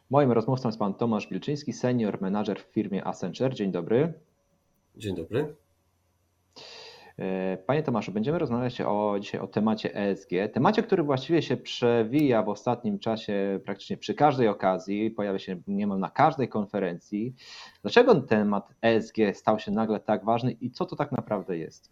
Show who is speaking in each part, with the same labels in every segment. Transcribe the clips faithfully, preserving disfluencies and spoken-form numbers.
Speaker 1: Moim rozmówcą jest pan Tomasz Wilczyński, senior menadżer w firmie Accenture. Dzień dobry.
Speaker 2: Dzień dobry.
Speaker 1: Panie Tomaszu, będziemy rozmawiać o, dzisiaj o temacie E S G, temacie, który właściwie się przewija w ostatnim czasie praktycznie przy każdej okazji, pojawia się niemal na każdej konferencji. Dlaczego temat E S G stał się nagle tak ważny i co to tak naprawdę jest?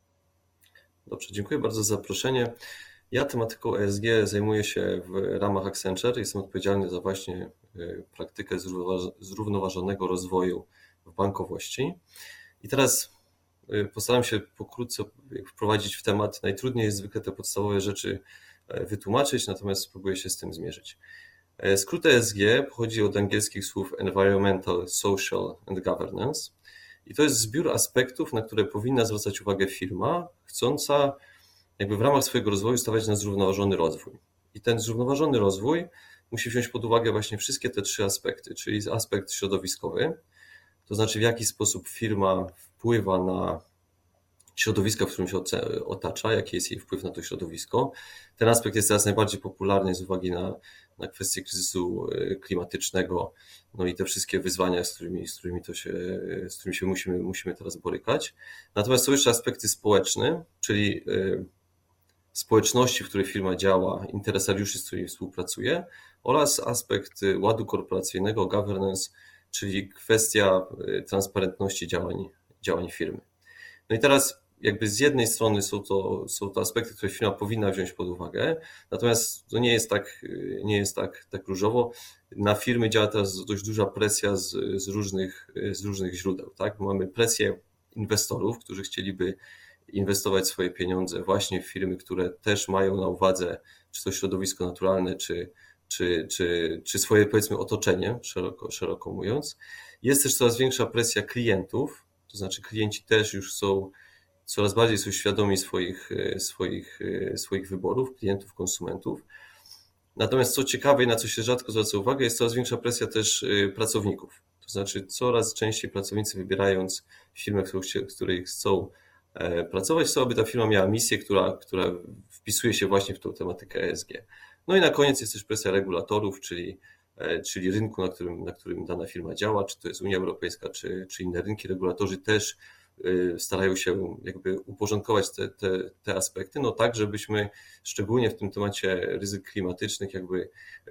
Speaker 2: Dobrze, dziękuję bardzo za zaproszenie. Ja tematyką E S G zajmuję się w ramach Accenture. Jestem odpowiedzialny za właśnie praktykę zrównoważonego rozwoju w bankowości. I teraz postaram się pokrótce wprowadzić w temat. Najtrudniej jest zwykle te podstawowe rzeczy wytłumaczyć, natomiast spróbuję się z tym zmierzyć. Skrót E S G pochodzi od angielskich słów Environmental, Social and Governance. I to jest zbiór aspektów, na które powinna zwracać uwagę firma, chcąca jakby w ramach swojego rozwoju stawiać na zrównoważony rozwój. I ten zrównoważony rozwój musi wziąć pod uwagę właśnie wszystkie te trzy aspekty, czyli aspekt środowiskowy, to znaczy w jaki sposób firma wpływa na środowisko, w którym się otacza, jaki jest jej wpływ na to środowisko. Ten aspekt jest teraz najbardziej popularny z uwagi na, na kwestię kryzysu klimatycznego, no i te wszystkie wyzwania, z którymi, z którymi, to się, z którymi się musimy, musimy teraz borykać. Natomiast są jeszcze aspekty społeczne, czyli społeczności, w której firma działa, interesariuszy, z którymi współpracuje, oraz aspekt ładu korporacyjnego, governance, czyli kwestia transparentności działań, działań firmy. No i teraz jakby z jednej strony są to, są to aspekty, które firma powinna wziąć pod uwagę, natomiast to nie jest tak, nie jest tak, tak różowo. Na firmy działa teraz dość duża presja z, z, różnych, z różnych źródeł. Tak? Mamy presję inwestorów, którzy chcieliby inwestować swoje pieniądze właśnie w firmy, które też mają na uwadze czy to środowisko naturalne, czy, czy, czy, czy swoje powiedzmy otoczenie, szeroko, szeroko mówiąc. Jest też coraz większa presja klientów, to znaczy klienci też już są, coraz bardziej są świadomi swoich, swoich, swoich wyborów, klientów, konsumentów. Natomiast co ciekawe i na co się rzadko zwraca uwagę, jest coraz większa presja też pracowników. To znaczy coraz częściej pracownicy wybierając firmę, w której chcą pracować, chcą, aby ta firma miała misję, która, która wpisuje się właśnie w tą tematykę E S G. No i na koniec jest też presja regulatorów, czyli czyli rynku, na którym, na którym dana firma działa, czy to jest Unia Europejska, czy, czy inne rynki. Regulatorzy też starają się jakby uporządkować te, te, te aspekty, no tak, żebyśmy szczególnie w tym temacie ryzyk klimatycznych jakby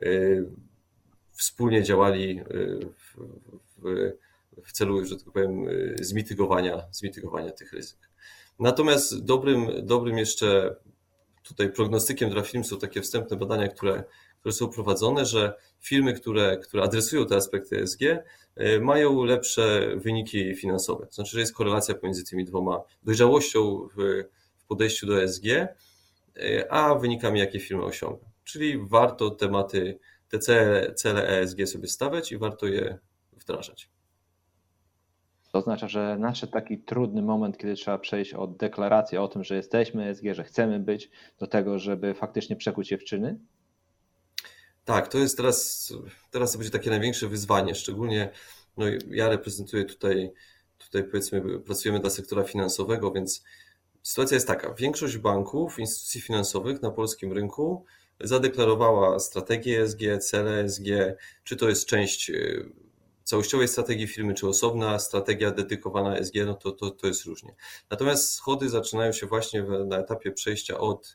Speaker 2: wspólnie działali w, w, w celu, że tak powiem, zmitygowania, zmitygowania tych ryzyk. Natomiast dobrym, dobrym jeszcze tutaj prognostykiem dla firm są takie wstępne badania, które które są prowadzone, że firmy, które, które adresują te aspekty E S G, mają lepsze wyniki finansowe. To znaczy, że jest korelacja pomiędzy tymi dwoma dojrzałością w, w podejściu do E S G, a wynikami, jakie firma osiąga. Czyli warto tematy, te cele, cele E S G sobie stawiać i warto je wdrażać.
Speaker 1: To oznacza, że nadszedł taki trudny moment, kiedy trzeba przejść od deklaracji o tym, że jesteśmy E S G, że chcemy być, do tego, żeby faktycznie przekuć je w czyny?
Speaker 2: Tak, to jest teraz, teraz to będzie takie największe wyzwanie, szczególnie no ja reprezentuję tutaj, tutaj powiedzmy pracujemy dla sektora finansowego, więc sytuacja jest taka, większość banków, instytucji finansowych na polskim rynku zadeklarowała strategię E S G, cele E S G, czy to jest część całościowej strategii firmy, czy osobna strategia dedykowana E S G, no to, to, to jest różnie. Natomiast schody zaczynają się właśnie na etapie przejścia od,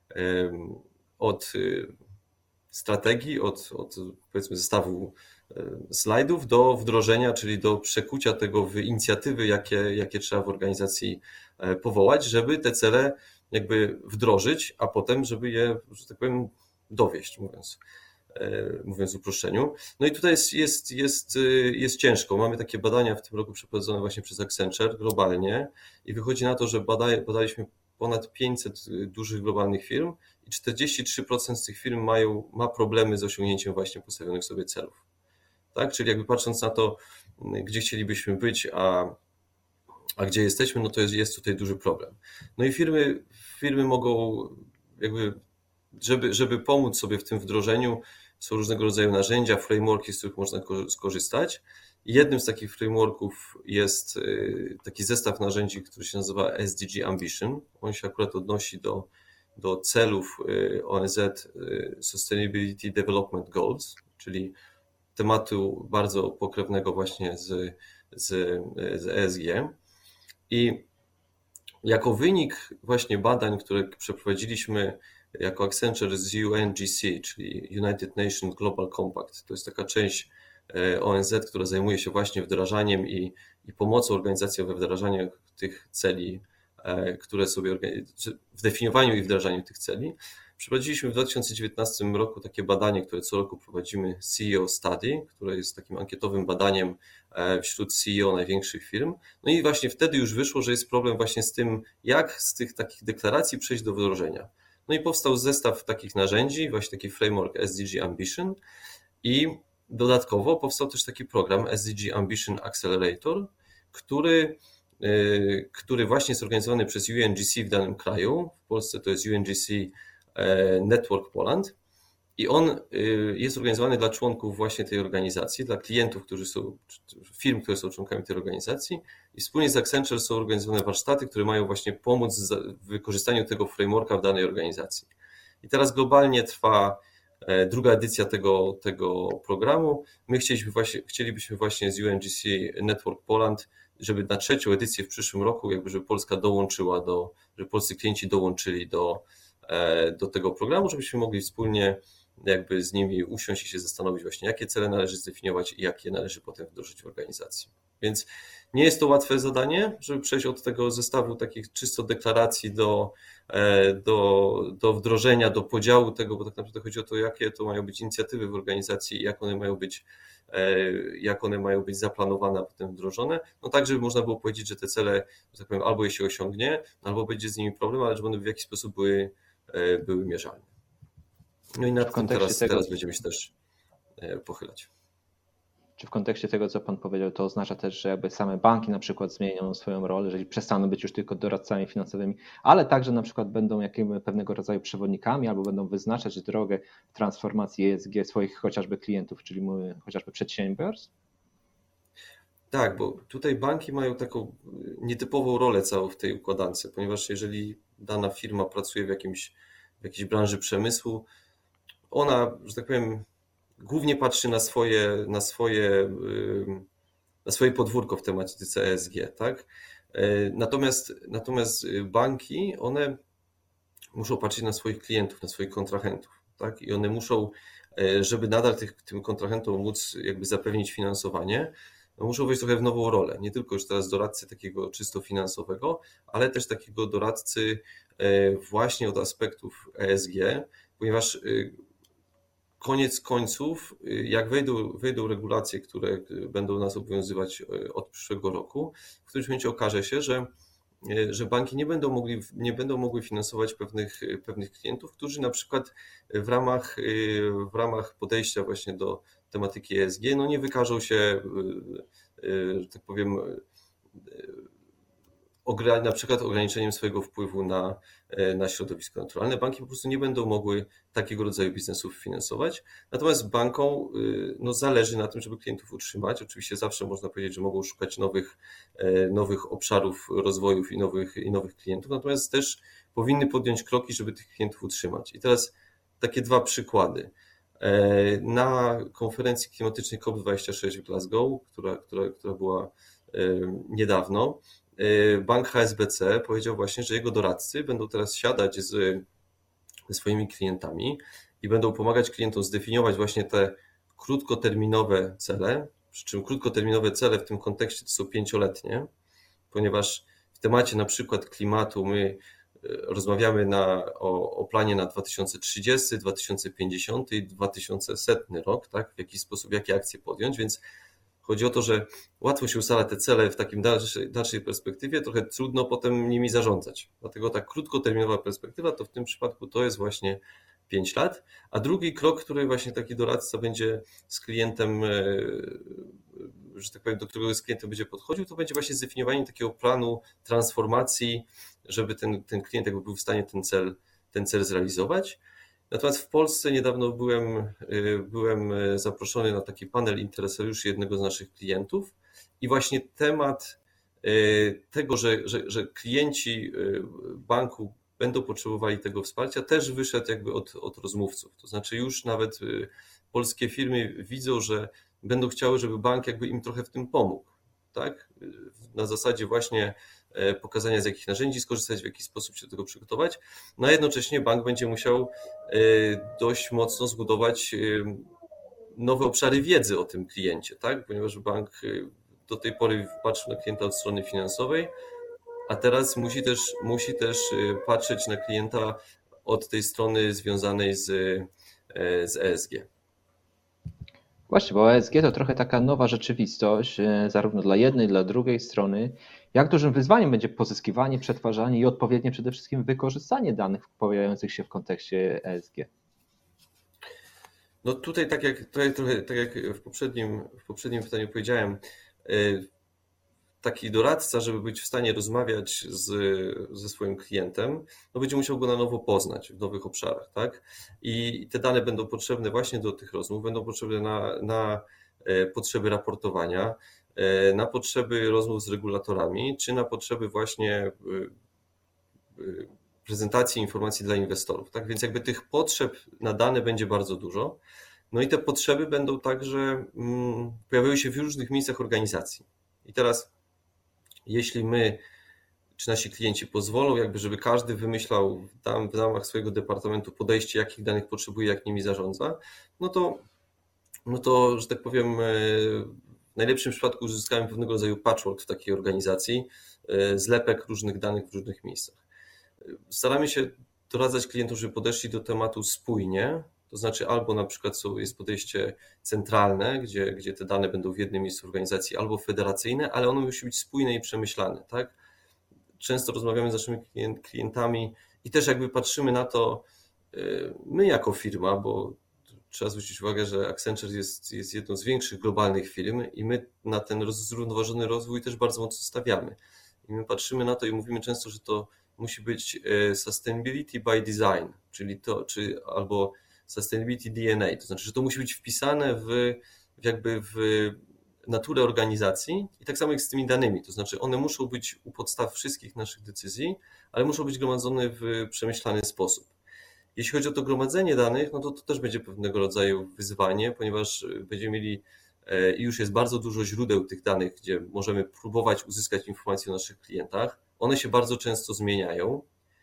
Speaker 2: od strategii, od, od powiedzmy zestawu slajdów do wdrożenia, czyli do przekucia tego w inicjatywy, jakie, jakie trzeba w organizacji powołać, żeby te cele jakby wdrożyć, a potem, żeby je, że tak powiem, dowieść, mówiąc, mówiąc w uproszczeniu. No i tutaj jest, jest, jest, jest ciężko. Mamy takie badania w tym roku przeprowadzone właśnie przez Accenture globalnie i wychodzi na to, że badaj, badaliśmy ponad pięćset dużych globalnych firm i czterdzieści trzy procent z tych firm mają, ma problemy z osiągnięciem właśnie postawionych sobie celów. Tak? Czyli jakby patrząc na to, gdzie chcielibyśmy być, a, a gdzie jesteśmy, no to jest, jest tutaj duży problem. No i firmy, firmy mogą jakby, żeby, żeby pomóc sobie w tym wdrożeniu, są różnego rodzaju narzędzia, frameworki, z których można skorzystać. I jednym z takich frameworków jest taki zestaw narzędzi, który się nazywa S D G Ambition. On się akurat odnosi do, do celów O N Z Sustainability Development Goals, czyli tematu bardzo pokrewnego właśnie z, z, z E S G. I jako wynik właśnie badań, które przeprowadziliśmy jako Accenture z U N G C, czyli United Nations Global Compact, to jest taka część O N Z, która zajmuje się właśnie wdrażaniem i, i pomocą organizacjom we wdrażaniu tych celi, które sobie w definiowaniu i wdrażaniu tych celi. Przeprowadziliśmy w dwa tysiące dziewiętnastym roku takie badanie, które co roku prowadzimy, C E O Study, które jest takim ankietowym badaniem wśród C E O największych firm. No i właśnie wtedy już wyszło, że jest problem właśnie z tym, jak z tych takich deklaracji przejść do wdrożenia. No i powstał zestaw takich narzędzi, właśnie taki framework S D G Ambition i dodatkowo powstał też taki program S D G Ambition Accelerator, który, który właśnie jest organizowany przez U N G C w danym kraju. W Polsce to jest U N G C Network Poland i on jest organizowany dla członków właśnie tej organizacji, dla klientów, którzy są, firm, które są członkami tej organizacji i wspólnie z Accenture są organizowane warsztaty, które mają właśnie pomóc w wykorzystaniu tego frameworka w danej organizacji. I teraz globalnie trwa druga edycja tego, tego programu. My chcieliśmy właśnie, chcielibyśmy właśnie z U N G C Network Poland, żeby na trzecią edycję w przyszłym roku, jakby żeby Polska dołączyła do, żeby polscy klienci dołączyli do, do tego programu, żebyśmy mogli wspólnie jakby z nimi usiąść i się zastanowić właśnie, jakie cele należy zdefiniować i jakie należy potem wdrożyć w organizacji. Więc nie jest to łatwe zadanie, żeby przejść od tego zestawu takich czysto deklaracji do, do, do wdrożenia, do podziału tego, bo tak naprawdę chodzi o to, jakie to mają być inicjatywy w organizacji i jak one mają być, jak one mają być zaplanowane, a potem wdrożone. No tak, żeby można było powiedzieć, że te cele, że tak powiem, albo je się osiągnie, albo będzie z nimi problem, ale żeby one w jakiś sposób były, były mierzalne. No i nad tym teraz, tego... teraz będziemy się też pochylać.
Speaker 1: Czy w kontekście tego, co Pan powiedział, to oznacza też, że jakby same banki na przykład zmienią swoją rolę, jeżeli przestaną być już tylko doradcami finansowymi, ale także na przykład będą jakimi pewnego rodzaju przewodnikami albo będą wyznaczać drogę transformacji E S G swoich chociażby klientów, czyli mówię, chociażby przedsiębiorstw?
Speaker 2: Tak, bo tutaj banki mają taką nietypową rolę całą w tej układance, ponieważ jeżeli dana firma pracuje w, jakimś, w jakiejś branży przemysłu, ona, że tak powiem, głównie patrzy na swoje, na swoje, na swoje podwórko w tematyce E S G, tak? Natomiast, natomiast banki, one muszą patrzeć na swoich klientów, na swoich kontrahentów, tak? I one muszą, żeby nadal tych, tym kontrahentom móc jakby zapewnić finansowanie, no muszą wejść trochę w nową rolę. Nie tylko już teraz doradcy takiego czysto finansowego, ale też takiego doradcy właśnie od aspektów E S G, ponieważ koniec końców, jak wejdą, wejdą regulacje, które będą nas obowiązywać od przyszłego roku, w którymś momencie okaże się, że, że banki nie będą, mogli, nie będą mogły finansować pewnych, pewnych klientów, którzy na przykład w ramach, w ramach podejścia właśnie do tematyki E S G no nie wykażą się, że tak powiem, na przykład ograniczeniem swojego wpływu na, na środowisko naturalne. Banki po prostu nie będą mogły takiego rodzaju biznesów finansować. Natomiast bankom no, zależy na tym, żeby klientów utrzymać. Oczywiście zawsze można powiedzieć, że mogą szukać nowych, nowych obszarów rozwojów i nowych, i nowych klientów, natomiast też powinny podjąć kroki, żeby tych klientów utrzymać. I teraz takie dwa przykłady. Na konferencji klimatycznej COP dwadzieścia sześć w Glasgow, która, która, która była niedawno, bank H S B C powiedział właśnie, że jego doradcy będą teraz siadać z, ze swoimi klientami i będą pomagać klientom zdefiniować właśnie te krótkoterminowe cele, przy czym krótkoterminowe cele w tym kontekście to są pięcioletnie, ponieważ w temacie na przykład klimatu my rozmawiamy na, o, o planie na dwa tysiące trzydziesty, dwa tysiące pięćdziesiąty i dwa tysiące sto rok, tak? W jaki sposób, jakie akcje podjąć, więc chodzi o to, że łatwo się ustala te cele w takim dalszej, dalszej perspektywie, trochę trudno potem nimi zarządzać. Dlatego ta krótkoterminowa perspektywa to w tym przypadku to jest właśnie pięć lat, a drugi krok, który właśnie taki doradca będzie z klientem, że tak powiem, do którego z klientem będzie podchodził, to będzie właśnie zdefiniowanie takiego planu transformacji, żeby ten, ten klient jakby był w stanie ten cel, ten cel zrealizować. Natomiast w Polsce niedawno byłem, byłem zaproszony na taki panel interesariuszy jednego z naszych klientów i właśnie temat tego, że, że, że klienci banku będą potrzebowali tego wsparcia, też wyszedł jakby od, od rozmówców. To znaczy już nawet polskie firmy widzą, że będą chciały, żeby bank jakby im trochę w tym pomógł, tak? Na zasadzie właśnie pokazania, z jakich narzędzi skorzystać, w jaki sposób się do tego przygotować, no a jednocześnie bank będzie musiał dość mocno zbudować nowe obszary wiedzy o tym kliencie, tak? Ponieważ bank do tej pory patrzył na klienta od strony finansowej, a teraz musi też, musi też patrzeć na klienta od tej strony związanej z, z E S G.
Speaker 1: Właśnie, bo E S G to trochę taka nowa rzeczywistość, zarówno dla jednej, dla drugiej strony. Jak dużym wyzwaniem będzie pozyskiwanie, przetwarzanie i odpowiednie przede wszystkim wykorzystanie danych pojawiających się w kontekście E S G?
Speaker 2: No tutaj, tak jak, tutaj trochę, tak jak w poprzednim, w poprzednim pytaniu powiedziałem, taki doradca, żeby być w stanie rozmawiać z, ze swoim klientem, no będzie musiał go na nowo poznać w nowych obszarach, tak? I te dane będą potrzebne właśnie do tych rozmów, będą potrzebne na, na potrzeby raportowania, na potrzeby rozmów z regulatorami, czy na potrzeby właśnie prezentacji informacji dla inwestorów, tak? Więc jakby tych potrzeb na dane będzie bardzo dużo. No i te potrzeby będą także mm, pojawiały się w różnych miejscach organizacji. I teraz jeśli my, czy nasi klienci pozwolą, jakby żeby każdy wymyślał tam w ramach swojego departamentu podejście, jakich danych potrzebuje, jak nimi zarządza, no to, no to, że tak powiem, w najlepszym przypadku uzyskamy pewnego rodzaju patchwork w takiej organizacji, zlepek różnych danych w różnych miejscach. Staramy się doradzać klientom, żeby podeszli do tematu spójnie, to znaczy albo na przykład są, jest podejście centralne, gdzie, gdzie te dane będą w jednym miejscu organizacji, albo federacyjne, ale ono musi być spójne i przemyślane, tak? Często rozmawiamy z naszymi klientami i też jakby patrzymy na to, my jako firma, bo trzeba zwrócić uwagę, że Accenture jest, jest jedną z większych globalnych firm i my na ten zrównoważony rozwój też bardzo mocno stawiamy. I my patrzymy na to i mówimy często, że to musi być sustainability by design, czyli to, czy albo sustainability D N A, to znaczy, że to musi być wpisane w, w jakby w naturę organizacji i tak samo jak z tymi danymi, to znaczy one muszą być u podstaw wszystkich naszych decyzji, ale muszą być gromadzone w przemyślany sposób. Jeśli chodzi o to gromadzenie danych, no to to też będzie pewnego rodzaju wyzwanie, ponieważ będziemy mieli i już jest bardzo dużo źródeł tych danych, gdzie możemy próbować uzyskać informacje o naszych klientach. One się bardzo często zmieniają.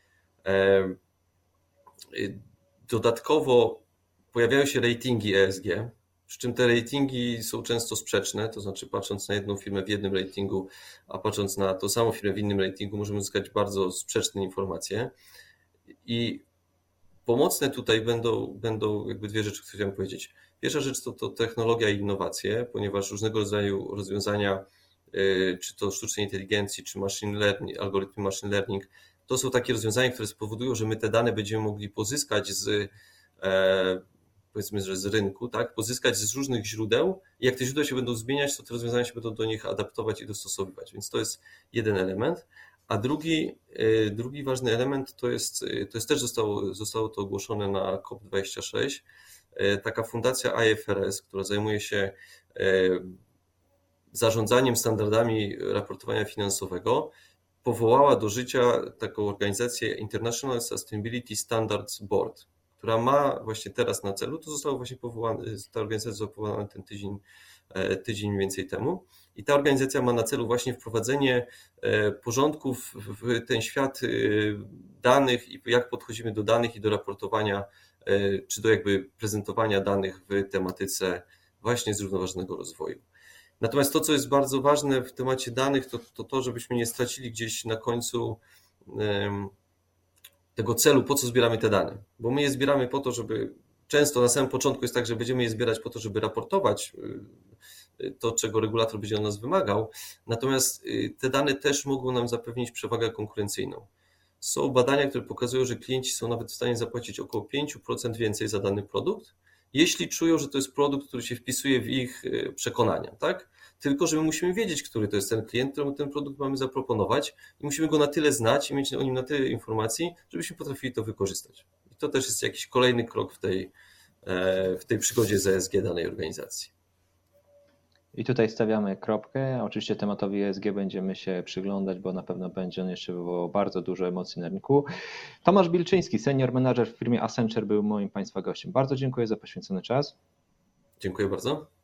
Speaker 2: Dodatkowo pojawiają się ratingi E S G, przy czym te ratingi są często sprzeczne, to znaczy patrząc na jedną firmę w jednym ratingu, a patrząc na tą samą firmę w innym ratingu, możemy uzyskać bardzo sprzeczne informacje. I pomocne tutaj będą, będą jakby dwie rzeczy, które chciałem powiedzieć. Pierwsza rzecz to, to technologia i innowacje, ponieważ różnego rodzaju rozwiązania, czy to sztucznej inteligencji, czy machine learning, algorytmy machine learning, to są takie rozwiązania, które spowodują, że my te dane będziemy mogli pozyskać z, powiedzmy, że z rynku, tak? Pozyskać z różnych źródeł i jak te źródła się będą zmieniać, to te rozwiązania się będą do nich adaptować i dostosowywać, więc to jest jeden element. A drugi, drugi ważny element to jest, to jest też zostało, zostało to ogłoszone na COP dwadzieścia sześć, taka fundacja I F R S, która zajmuje się zarządzaniem standardami raportowania finansowego, powołała do życia taką organizację International Sustainability Standards Board, która ma właśnie teraz na celu, to zostało właśnie powołane, ta organizacja została powołana ten tydzień, tydzień mniej więcej temu i ta organizacja ma na celu właśnie wprowadzenie porządków w ten świat danych i jak podchodzimy do danych i do raportowania, czy do jakby prezentowania danych w tematyce właśnie zrównoważonego rozwoju. Natomiast to, co jest bardzo ważne w temacie danych, to to, to żebyśmy nie stracili gdzieś na końcu tego celu, po co zbieramy te dane. Bo my je zbieramy po to, żeby często na samym początku jest tak, że będziemy je zbierać po to, żeby raportować to, czego regulator będzie od nas wymagał. Natomiast te dane też mogą nam zapewnić przewagę konkurencyjną. Są badania, które pokazują, że klienci są nawet w stanie zapłacić około pięć procent więcej za dany produkt, jeśli czują, że to jest produkt, który się wpisuje w ich przekonania, tak? Tylko, że my musimy wiedzieć, który to jest ten klient, któremu ten produkt mamy zaproponować i musimy go na tyle znać i mieć o nim na tyle informacji, żebyśmy potrafili to wykorzystać. I to też jest jakiś kolejny krok w tej, w tej przygodzie z E S G danej organizacji.
Speaker 1: I tutaj stawiamy kropkę. Oczywiście tematowi E S G będziemy się przyglądać, bo na pewno będzie on jeszcze wywołał bardzo dużo emocji na rynku. Tomasz Bilczyński, senior menadżer w firmie Accenture, był moim Państwa gościem. Bardzo dziękuję za poświęcony czas.
Speaker 2: Dziękuję bardzo.